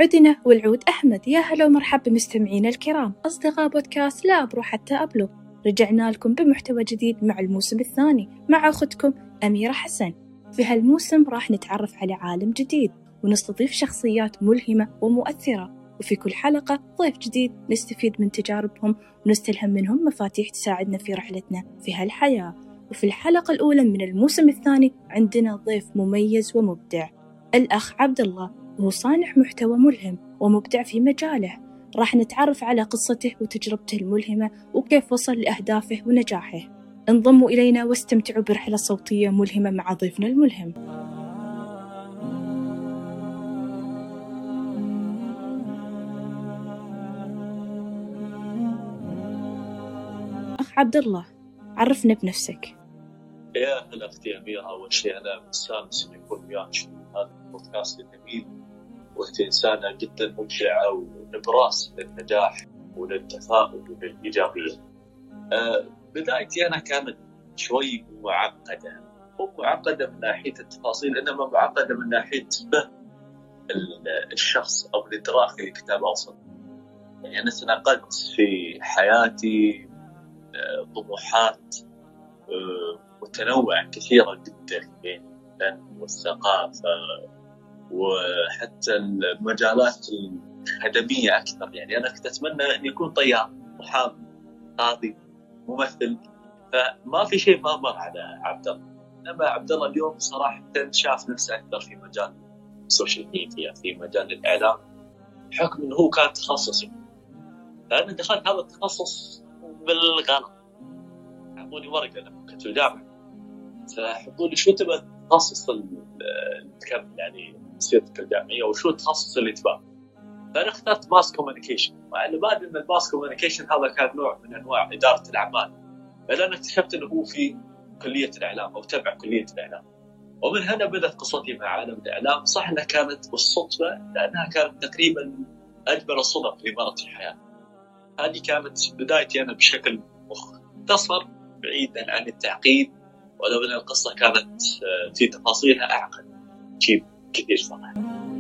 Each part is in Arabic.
عدنا والعود أحمد. يا هلا ومرحبا بمستمعينا الكرام، أصدقاء بودكاست لا أبرو حتى أبلغ. رجعنا لكم بمحتوى جديد مع الموسم الثاني مع أختكم أميرة حسن. في هالموسم راح نتعرف على عالم جديد ونستضيف شخصيات ملهمة ومؤثرة، وفي كل حلقة ضيف جديد نستفيد من تجاربهم ونستلهم منهم مفاتيح تساعدنا في رحلتنا في هالحياة. وفي الحلقة الأولى من الموسم الثاني عندنا ضيف مميز ومبدع، الأخ عبد الله، وهو صانع محتوى ملهم ومبدع في مجاله. راح نتعرف على قصته وتجربته الملهمة وكيف وصل لأهدافه ونجاحه. انضموا إلينا واستمتعوا برحلة صوتية ملهمة مع ضيفنا الملهم. أخ عبد الله، عرفنا بنفسك. يا هلا أختي أميرة، أول شيء أنا مستانس إني أكون وياك في هذا البودكاست الجميل، وأنت إنسانة جدا مبدعة ونبراس للنجاح وللتفاؤل وللإيجابية. بدايتي أنا كانت شوي معقدة، مو معقدة من ناحية التفاصيل، إنما معقدة من ناحية فهم الشخص أو الإدراك لكتاب أوسط. يعني أنا تناقلت في حياتي طموحات متنوعة كثيرة جدا بين الفن والثقافة وحتى المجالات الخدمية أكثر. يعني أنا كنت أتمنى أن يكون طيار، محامي، قاضي، ممثل، فما في شيء ما مر على عبد الله. إنما عبد الله اليوم صراحة شاف نفسه أكثر في مجال السوشيال ميديا، في مجال الإعلام، بحكم أنه هو كان تخصصي. فأنا دخلت هذا التخصص بالغلط. حطوني ورقة لما كنت في الجامعة، فحطوني شو تبغى تخصص الكم، يعني سيرتك الجامعية، وشو التخصص اللي تبغى. فأنا اخترت ماس كوميونيكيشن، وعلى بالي أن الماس كوميونيكيشن هذا كان نوع من أنواع إدارة الأعمال، بل أنا اكتشفت أنه هو في كلية الإعلام أو تبع كلية الإعلام. ومن هنا بدأت قصتي مع عالم الإعلام. صح أنها كانت بالصدفة، لأنها كانت تقريبا أجمل الصدف اللي مرت في حياتي. هذه كانت بدايتي أنا بشكل مختصر بعيدا عن التعقيد، ولو أن القصة كانت في تفاصيلها أعقد شيء كثير صراحة.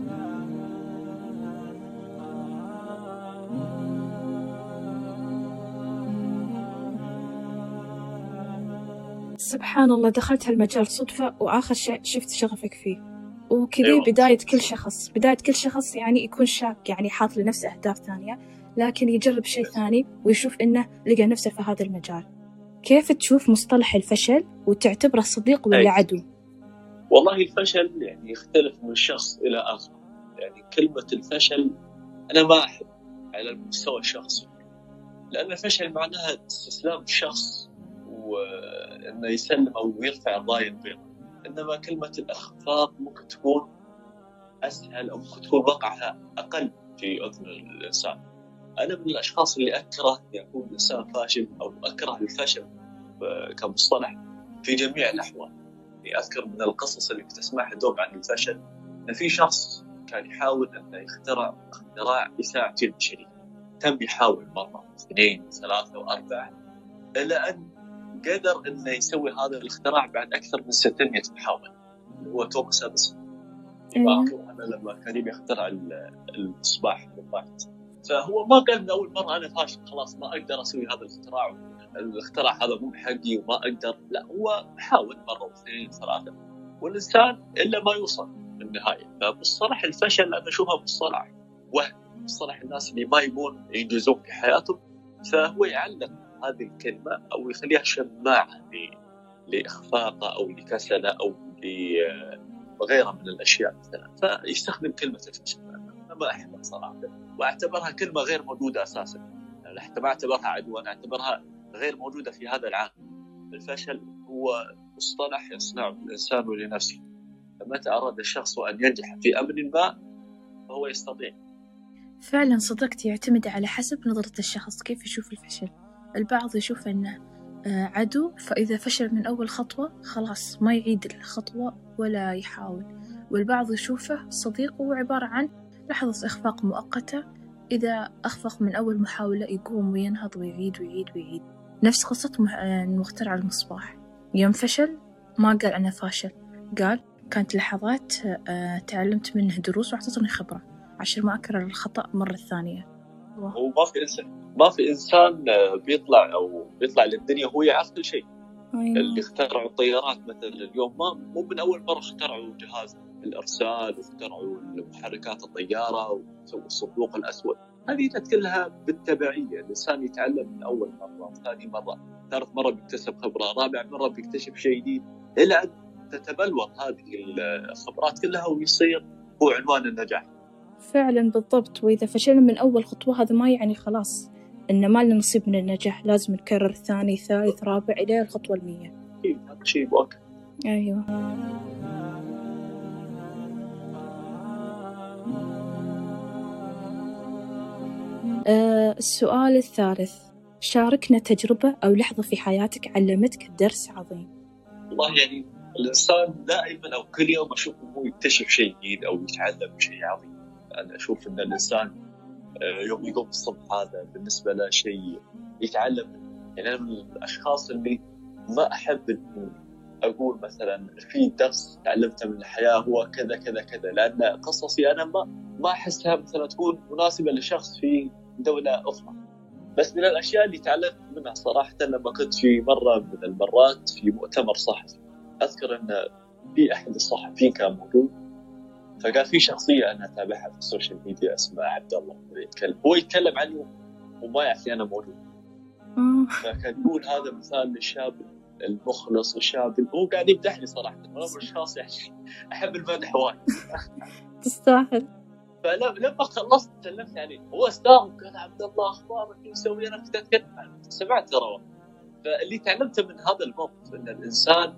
سبحان الله، دخلت هالمجال صدفة وآخر شيء شفت شغفك فيه. وكذا أيوة. بداية كل شخص يعني يكون شاك، يعني حاط لنفسه أهداف ثانية، لكن يجرب شيء ثاني ويشوف إنه لقى نفسه في هذا المجال. كيف تشوف مصطلح الفشل وتعتبره صديق ولا عدو؟ والله الفشل يعني يختلف من شخص إلى آخر. يعني كلمة الفشل أنا ما أحب على المستوى الشخصي، لأن الفشل معناها استسلام الشخص وأنه يسلم أو يرفع الراية البيضاء. إنما كلمة الإخفاق ممكن تكون أسهل أو ممكن تكون وقعها أقل في أذن الإنسان. أنا من الأشخاص اللي أكره أن يكون إنسان فاشل، أو أكره الفشل كمصطلح في جميع الأحوال. أذكر من القصص اللي كنت أسمعها دوب عن الفشل أن في شخص كان يحاول أن يخترع اختراع يساعد فيه البشرية. كان بيحاول مرة 2 3 و4 إلى أن قدر أنه يسوي هذا الاختراع بعد أكثر من 600 محاولة. هو توماس أديسون. أنا لما كان يبي يخترع المصباح بالضبط، فهو ما قال من أول مرة أنا فاشل، خلاص ما أقدر أسوي هذا الاختراع هذا مو حقي وما أقدر. لا، هو حاول مرة و2 3، والإنسان إلا ما يوصل بالنهاية. فمصطلح الفشل أنا أشوفه مصطلح وهم، مصطلح الناس اللي ما يبون ينجزون في حياتهم، فهو يعلق هذه الكلمة أو يخليها شماعة لإخفاقه أو لكسله أو وغيرها من الأشياء مثلا، فيستخدم كلمة الفشل. أنا ما أحبها صراحة، وأعتبرها كلمة غير موجودة أساسا. حتى ما أعتبرها عدوى، أنا أعتبرها غير موجودة في هذا العالم. الفشل هو مصطلح يصنعه الإنسان لنفسه. فمتى أراد الشخص أن ينجح في أمر ما فهو يستطيع. فعلا صدقت، يعتمد على حسب نظرة الشخص كيف يشوف الفشل. البعض يشوف أنه عدو، فإذا فشل من أول خطوة خلاص ما يعيد الخطوة ولا يحاول. والبعض يشوفه صديق، وهو عبارة عن لحظة إخفاق مؤقتة، إذا أخفق من أول محاولة يقوم وينهض ويعيد ويعيد ويعيد. نفس قصة مخترع المصباح، يوم فشل ما قال أنا فاشل، قال كانت لحظات تعلمت منه دروس وأعطتني خبرة، عشان ما أكرر الخطأ مرة ثانية. ما في إنسان بيطلع للدنيا وهو يعرف كل شيء. أيوة. اللي اخترعوا الطيارات مثلا اليوم مو من أول مرة اخترعوا جهاز الإرسال واخترعوا محركات الطيارة وسووا الصندوق الأسود. هذه كلها بالتبعية. الإنسان يتعلم من أول مرة، ثاني مرة، ثالث مرة بيكتسب خبرة، رابع مرة بيكتشف شيء جديد، إلى أن تتبلور هذه الخبرات كلها ويصير هو عنوان النجاح. فعلا بالضبط. وإذا فشلنا من أول خطوة هذا ما يعني خلاص إن ما لنا نصيب من النجاح، لازم نكرر ثاني ثالث رابع إلى الخطوة 100. هذا شيء مؤكد. أيوة. السؤال الثالث، شاركنا تجربة أو لحظة في حياتك علمتك درس عظيم. والله يعني الإنسان دائما أو كل يوم أشوفه هو يكتشف شيء جديد أو يتعلم شيء عظيم. أنا أشوف أن الإنسان يوم يقوم الصبح هذا بالنسبة له شيء يتعلم منه. يعني أنا من الأشخاص اللي ما أحب أن أقول مثلا في درس تعلمته من الحياة هو كذا كذا كذا، لأن قصصي أنا ما أحسها مثلا تكون مناسبة لشخص في دولة أخرى. بس من الأشياء اللي تعلمت منها صراحة لما كنت في مرة من المرات في مؤتمر صحفي، أذكر أن في أحد الصحفيين كان موجود، فقال في شخصية أنا أتابعها في السوشيال ميديا اسمها عبد الله، هو يتكلم عنه وما يعرف أنا موجود. فكان يقول هذا مثال للشاب المخلص، الشاب هو قاعد يمدحني صراحة. أنا من الأشخاص يعني أحب المدح وايد. تستاهل. فلما خلصت سلمت عليه، هو استاغرب قال عبد الله أخبارك شو مسوي؟ أنا كنت سمعت ترى. فاللي تعلمته من هذا الموقف أن الإنسان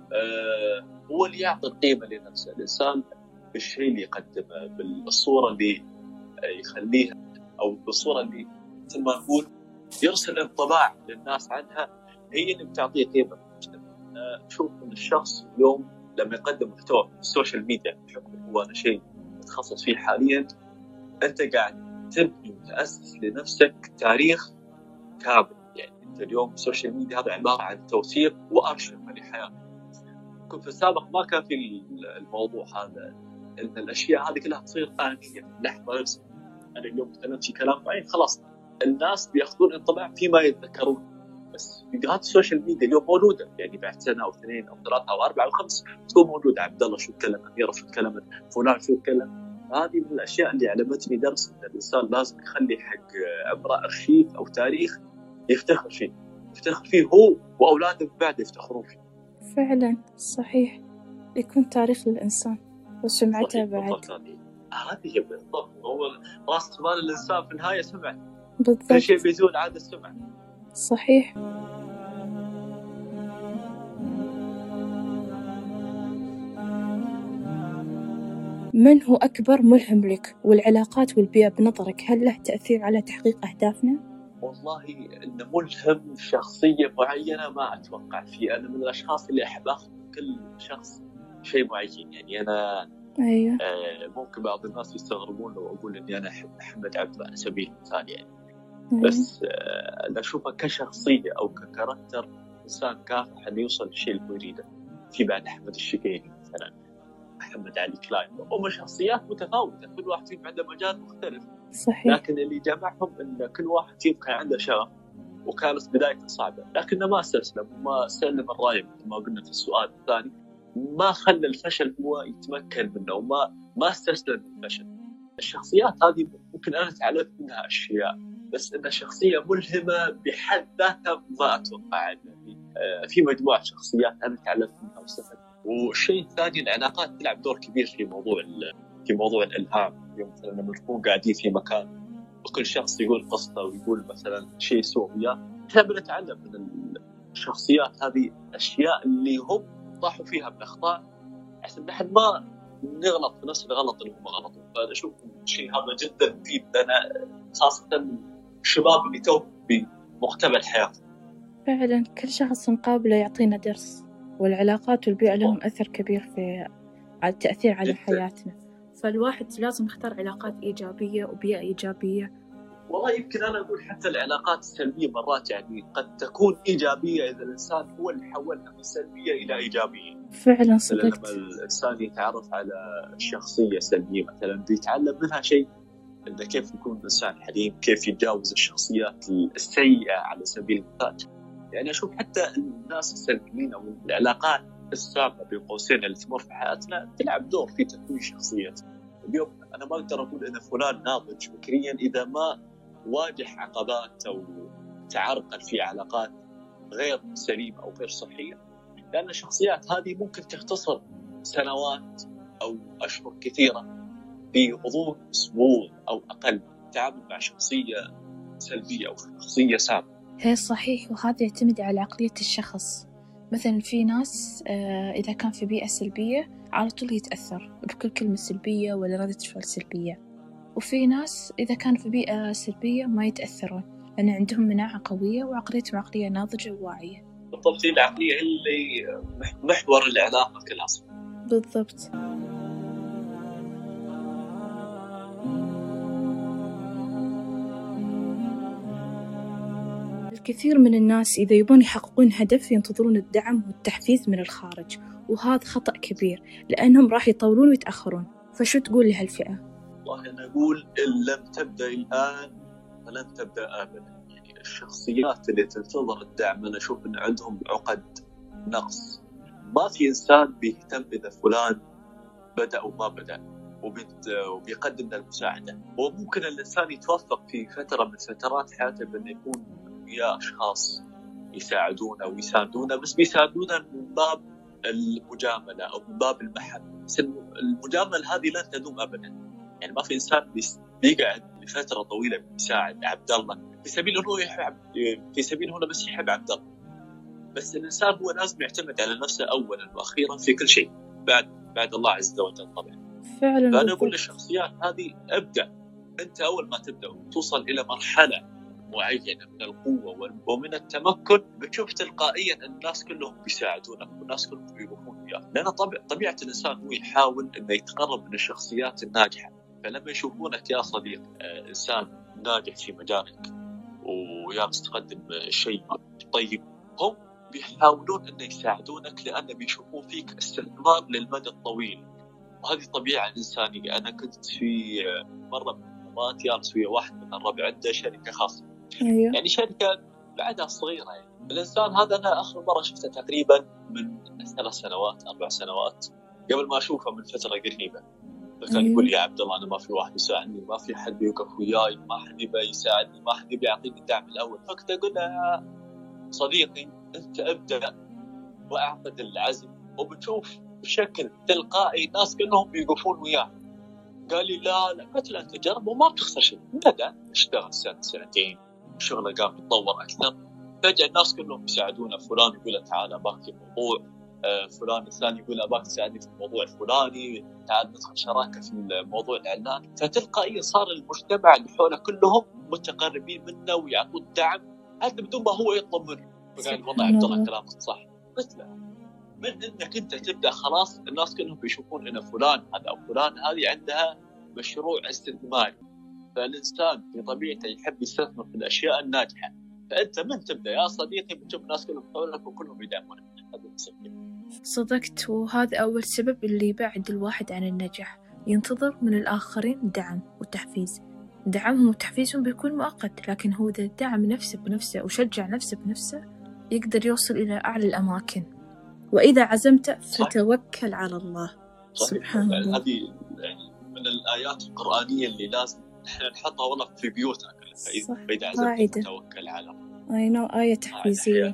هو اللي يعطي القيمة لنفسه. الإنسان بالشيء اللي يقدمه، بالصورة اللي يخليها، أو بالصورة اللي مثل ما نقول يرسل انطباع للناس عنها، هي اللي بتعطيه قيمة. شوف من الشخص اليوم لما يقدم محتوى في السوشيال ميديا، بحكم هو أنا شيء متخصص فيه حاليا، أنت قاعد تبني وتأسس لنفسك تاريخ كامل. يعني أنت اليوم السوشيال ميديا هذا عبارة عن توثيق وأرشفة لحياتك. كنت في السابق ما كان في الموضوع هذا، إن الأشياء هذه كلها تصير آنية لحظة نفسها. أنا اليوم تكلمت في كلام معين خلاص الناس بيأخذون انطباع فيما يتذكرون. بس فيديوهات السوشيال ميديا اليوم موجودة، يعني بعد سنة أو 2 أو 3 أو 4 أو 5 تكون موجودة. عبد الله شو تكلم، أميرة شو تكلمت، فلان شو تكلم. هذه من الأشياء اللي علمتني درس إن الإنسان لازم يخلي حق عبر أرشيف أو تاريخ يفتخر فيه هو وأولاده بعد يفتخرون فيه. فعلا صحيح، يكون تاريخ للإنسان وسمعته بعد. هذه بالضبط، هو راس مال الإنسان في النهاية سمعة. بالضبط. كل شيء بيزول عاد السمعة. صحيح. من هو أكبر ملهم لك؟ والعلاقات والبيئة بنظرك هل له تأثير على تحقيق أهدافنا؟ والله إن ملهم شخصية معينة ما أتوقع فيه. أنا من الأشخاص اللي أحب أخذ كل شخص شيء معين. يعني أنا أيوة. ممكن بعض الناس يستغربون لو أقول إني أنا أحب محمد عبده على سبيل المثال يعني. أيوة. بس أنا أشوفه كشخصية أو ككاركتر إنسان كافح أن يوصل للشيء اللي يريده. في بعد أحمد الشقيري مثلا، محمد علي كلاين، هم شخصيات متفاوتة، كل واحد فيهم عنده مجال مختلف. صحيح. لكن اللي جمعهم إن كل واحد فيهم كان عنده شغف، وكانت بدايته صعبة لكنه ما استسلم وما سلم الراية مثل ما قلنا في السؤال الثاني. ما خلى الفشل هو يتمكن منه وما استسلم للفشل. الشخصيات هذه ممكن أنا تعلمت منها أشياء، بس إن شخصية ملهمة بحد ذاتها ما أتوقع. في مجموعة شخصيات أنا تعلمت منها واستفدت. والشيء الثاني العلاقات تلعب دور كبير في موضوع الإلهام. يوم مثلا لما نكون قاعدين في مكان وكل شخص يقول قصته ويقول مثلا شيء سوء وياه، احنا بنتعلم من الشخصيات هذه أشياء اللي هم طاحوا فيها من أخطاء، عشان نحن ما نغلط في نفس الغلط اللي هم غلطوا. فأنا أشوف الشيء هذا جدا مفيد لنا، خاصة الشباب اللي تو بمقتبل الحياة. فعلا كل شخص نقابله يعطينا درس، والعلاقات والبيئة لهم أثر كبير في التأثير على حياتنا. فالواحد لازم يختار علاقات إيجابية وبيئة إيجابية والله يمكن أنا أقول حتى العلاقات السلبية مرات يعني قد تكون إيجابية إذا الإنسان هو اللي حولها من سلبية إلى إيجابية. فعلا مثلا لما صدقت. الإنسان يتعرف على شخصية سلبية مثلا بيتعلم منها شيء، إنه كيف يكون إنسان حليم، كيف يتجاوز الشخصيات السيئة على سبيل المثال. يعني أشوف حتى الناس السلبيين أو العلاقات السامة بين قوسين اللي تمر في حياتنا تلعب دور في تكوين شخصيتنا. اليوم أنا ما أقدر أقول إن فلان ناضج فكريا إذا ما واجه عقبات أو تعرقل في علاقات غير سليمة أو غير صحية، لأن الشخصيات هذه ممكن تختصر سنوات أو أشهر كثيرة في غضون أسبوع أو أقل تعامل مع شخصية سلبية أو شخصية سامة. هي صحيح، وهذا يعتمد على عقلية الشخص. مثلا في ناس إذا كان في بيئة سلبية على طول يتأثر بكل كلمة سلبية ولا ردة فعل سلبية، وفي ناس إذا كان في بيئة سلبية ما يتأثرون لأن عندهم مناعة قوية وعقليتهم عقلية ناضجة وواعية. بالضبط، العقلية اللي محور العلاقة كالأصل. بالضبط. الكثير من الناس إذا يبون يحققون هدف ينتظرون الدعم والتحفيز من الخارج، وهذا خطأ كبير لأنهم راح يطولون ويتأخرون. فشو تقول لهالفئة؟ والله أنا أقول إن لم تبدأ الآن فلن تبدأ أبدا. يعني الشخصيات اللي تنتظر الدعم أنا أشوف إن عندهم عقد نقص. ما في إنسان بيهتم إذا فلان بدأ وما بدأ وبيقدم لنا المساعدة. وممكن الإنسان يتوفق في فترة من فترات حياته بأنه يكون ويا أشخاص يساعدونه ويساندونه، بس بيساعدونه من باب المجاملة أو من باب المحبة. بس المجاملة هذه لن تدوم أبدا. يعني ما في إنسان بيقعد لفترة طويلة بيساعد عبد الله في سبيل إنه يحب، في سبيل إنه بس يحب عبد الله. بس الإنسان هو لازم يعتمد على نفسه أولا وأخيرا في كل شيء بعد الله عز وجل طبعا. فعلا. فأنا أقول للشخصيات هذه ابدأ. أنت أول ما تبدأ وتوصل إلى مرحلة معينة من القوة ومن التمكن بتشوف تلقائيا أن الناس كلهم بيساعدونك والناس كلهم بيوقفون وياك، لأن طبيعة الإنسان هو يحاول أنه يتقرب من الشخصيات الناجحة. فلما يشوفونك يا صديق إنسان ناجح في مجالك ويابس تقدم شيء طيب، هم بيحاولون أن يساعدونك لأن بيشوفون فيك استثمار للمدى الطويل. وهذه طبيعة إنسانية. أنا كنت في مرة من المرات جالس ويا واحد من الربع عنده شركة خاصة. أيوه. يعني شركة بعدها صغيرة. يعني الإنسان هذا أنا آخر مرة شفته تقريبا من 3 سنوات 4 سنوات قبل ما أشوفه من فترة قريبة. فكان يقول لي يا عبد الله أنا ما في واحد يساعدني، ما في حد يوقف وياي، ما حد يبي يساعدني، ما حد يبي يعطيني الدعم الأول. فكنت أقول له يا صديقي أنت ابدأ وأعقد العزم وبتشوف بشكل تلقائي الناس كلهم بيوقفون وياه. قال لي لا قلت له أنت جرب وما بتخسر شيء. بدأ اشتغل سنة سنتين شغله قام يتطور أكثر، فجأة الناس كلهم يساعدونه. فلان يقول له تعال أباك في موضوع، فلان الثاني يقول أباك تساعدني في الموضوع الفلاني، تعال ندخل شراكة في الموضوع الإعلان. فتلقائيا صار المجتمع اللي حوله كلهم متقربين منه ويعطون دعم حتى بدون ما هو يطلب منه. فقال والله عبد الله كلامك صح. قلت له من انك انت تبدا خلاص الناس كلهم بيشوفون ان فلان هذا او فلان هذه عندها مشروع استثماري. فالانسان بطبيعته يحب يستثمر في الاشياء الناجحه. فانت من تبدا يا صديقي بتشوف الناس كلهم حولك وكلهم يدعمونك. هذا صدقت، وهذا اول سبب اللي يبعد الواحد عن النجاح. ينتظر من الاخرين دعم وتحفيز. دعمهم وتحفيزهم بيكون مؤقت، لكن هو إذا دعم نفسه بنفسه وشجع نفسه بنفسه يقدر يوصل إلى أعلى الأماكن. وإذا عزمت فتوكل على الله. سبحان الله. هذه من الآيات القرآنية اللي لازم نحن نحطها والله في بيوتنا كلها. فإذا عزمت فتوكل على الله. آية تحفيزية.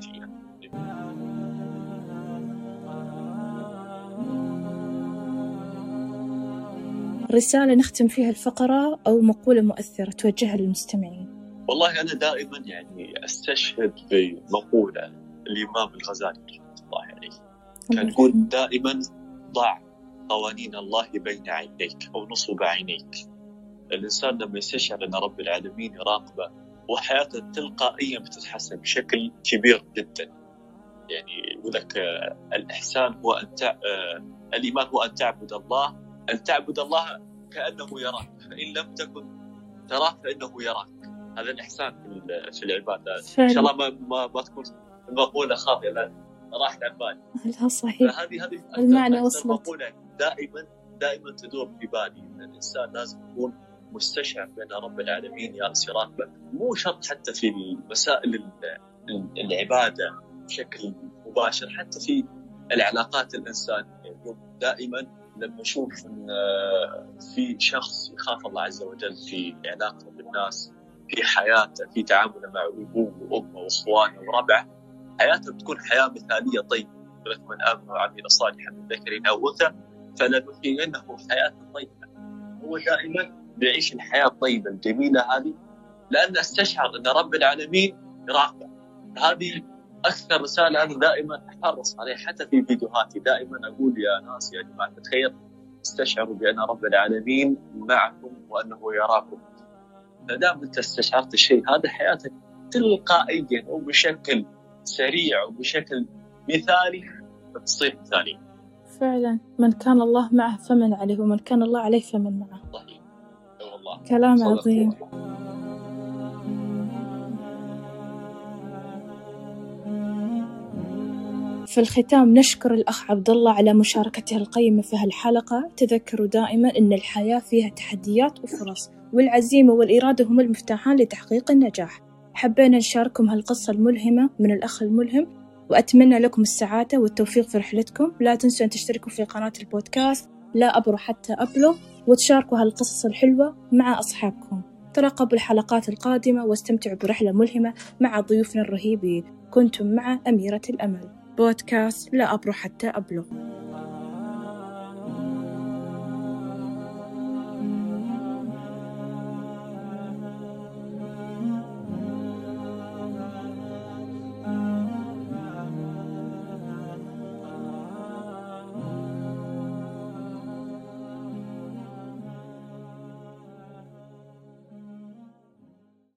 رسالة نختم فيها الفقرة أو مقولة مؤثرة توجهها للمستمعين. والله أنا دائما يعني أستشهد بمقولة الإمام الغزالي رحمة الله عليه، كان يقول دائما ضع قوانين الله بين عينيك أو نصب عينيك. الإنسان لما يستشعر أن رب العالمين يراقبه وحياته تلقائيا بتتحسن بشكل كبير جدا. يعني يقول لك الإحسان هو الإيمان هو أن تعبد الله كأنه يراك، فإن لم تكن تراه فإنه يراك. هذا الإحسان في العبادة. فعلا. إن شاء الله ما تكون المقولة خاطئة، لا راحت عن بالي. لا صحيح، فهذه المعنى أكثر وصلت. مقولة دائما تدور في بالي، إن الإنسان لازم يكون مستشعر بأن رب العالمين يالس يراقبه، مو شرط حتى في مسائل العبادة بشكل مباشر، حتى في العلاقات الإنسان. يعني دائما لما أشوف أن في شخص يخاف الله عز وجل في علاقته بالناس، في حياته، في تعامله مع أبوه وأمه وأخوانه وربعه، حياته بتكون حياة مثالية طيبة. من آمن وعمل صالحا من ذكر أو أنثى فلنحيينه حياة طيبة. هو دائما بيعيش الحياة الطيبة الجميلة هذه لأن استشعر أن رب العالمين يراقبه. هذه أكثر رسالة أنا دائما أحرص عليها، حتى في فيديوهاتي دائما أقول يا ناس يا جماعة الخير استشعروا بأن رب العالمين معكم وأنه يراكم. فدام أنت استشعرت الشيء هذا، حياتك تلقائيا وبشكل سريع وبشكل مثالي تصير مثالية. فعلا، من كان الله معه فمن عليه، ومن كان الله عليه فمن معه. صحيح والله، كلام عظيم. في الختام نشكر الأخ عبد الله على مشاركته القيمة في هالحلقة. تذكروا دائما أن الحياة فيها تحديات وفرص، والعزيمة والإرادة هم المفتاحان لتحقيق النجاح. حبينا نشارككم هالقصة الملهمة من الأخ الملهم، وأتمنى لكم السعادة والتوفيق في رحلتكم. لا تنسوا أن تشتركوا في قناة البودكاست لا أبرح حتى أبلغ، وتشاركوا هالقصص الحلوة مع أصحابكم. ترقبوا الحلقات القادمة واستمتعوا برحلة ملهمة مع ضيوفنا الرهيبين. كنتم مع أميرة الأمل، بودكاست لا أبرح حتى أبلغ.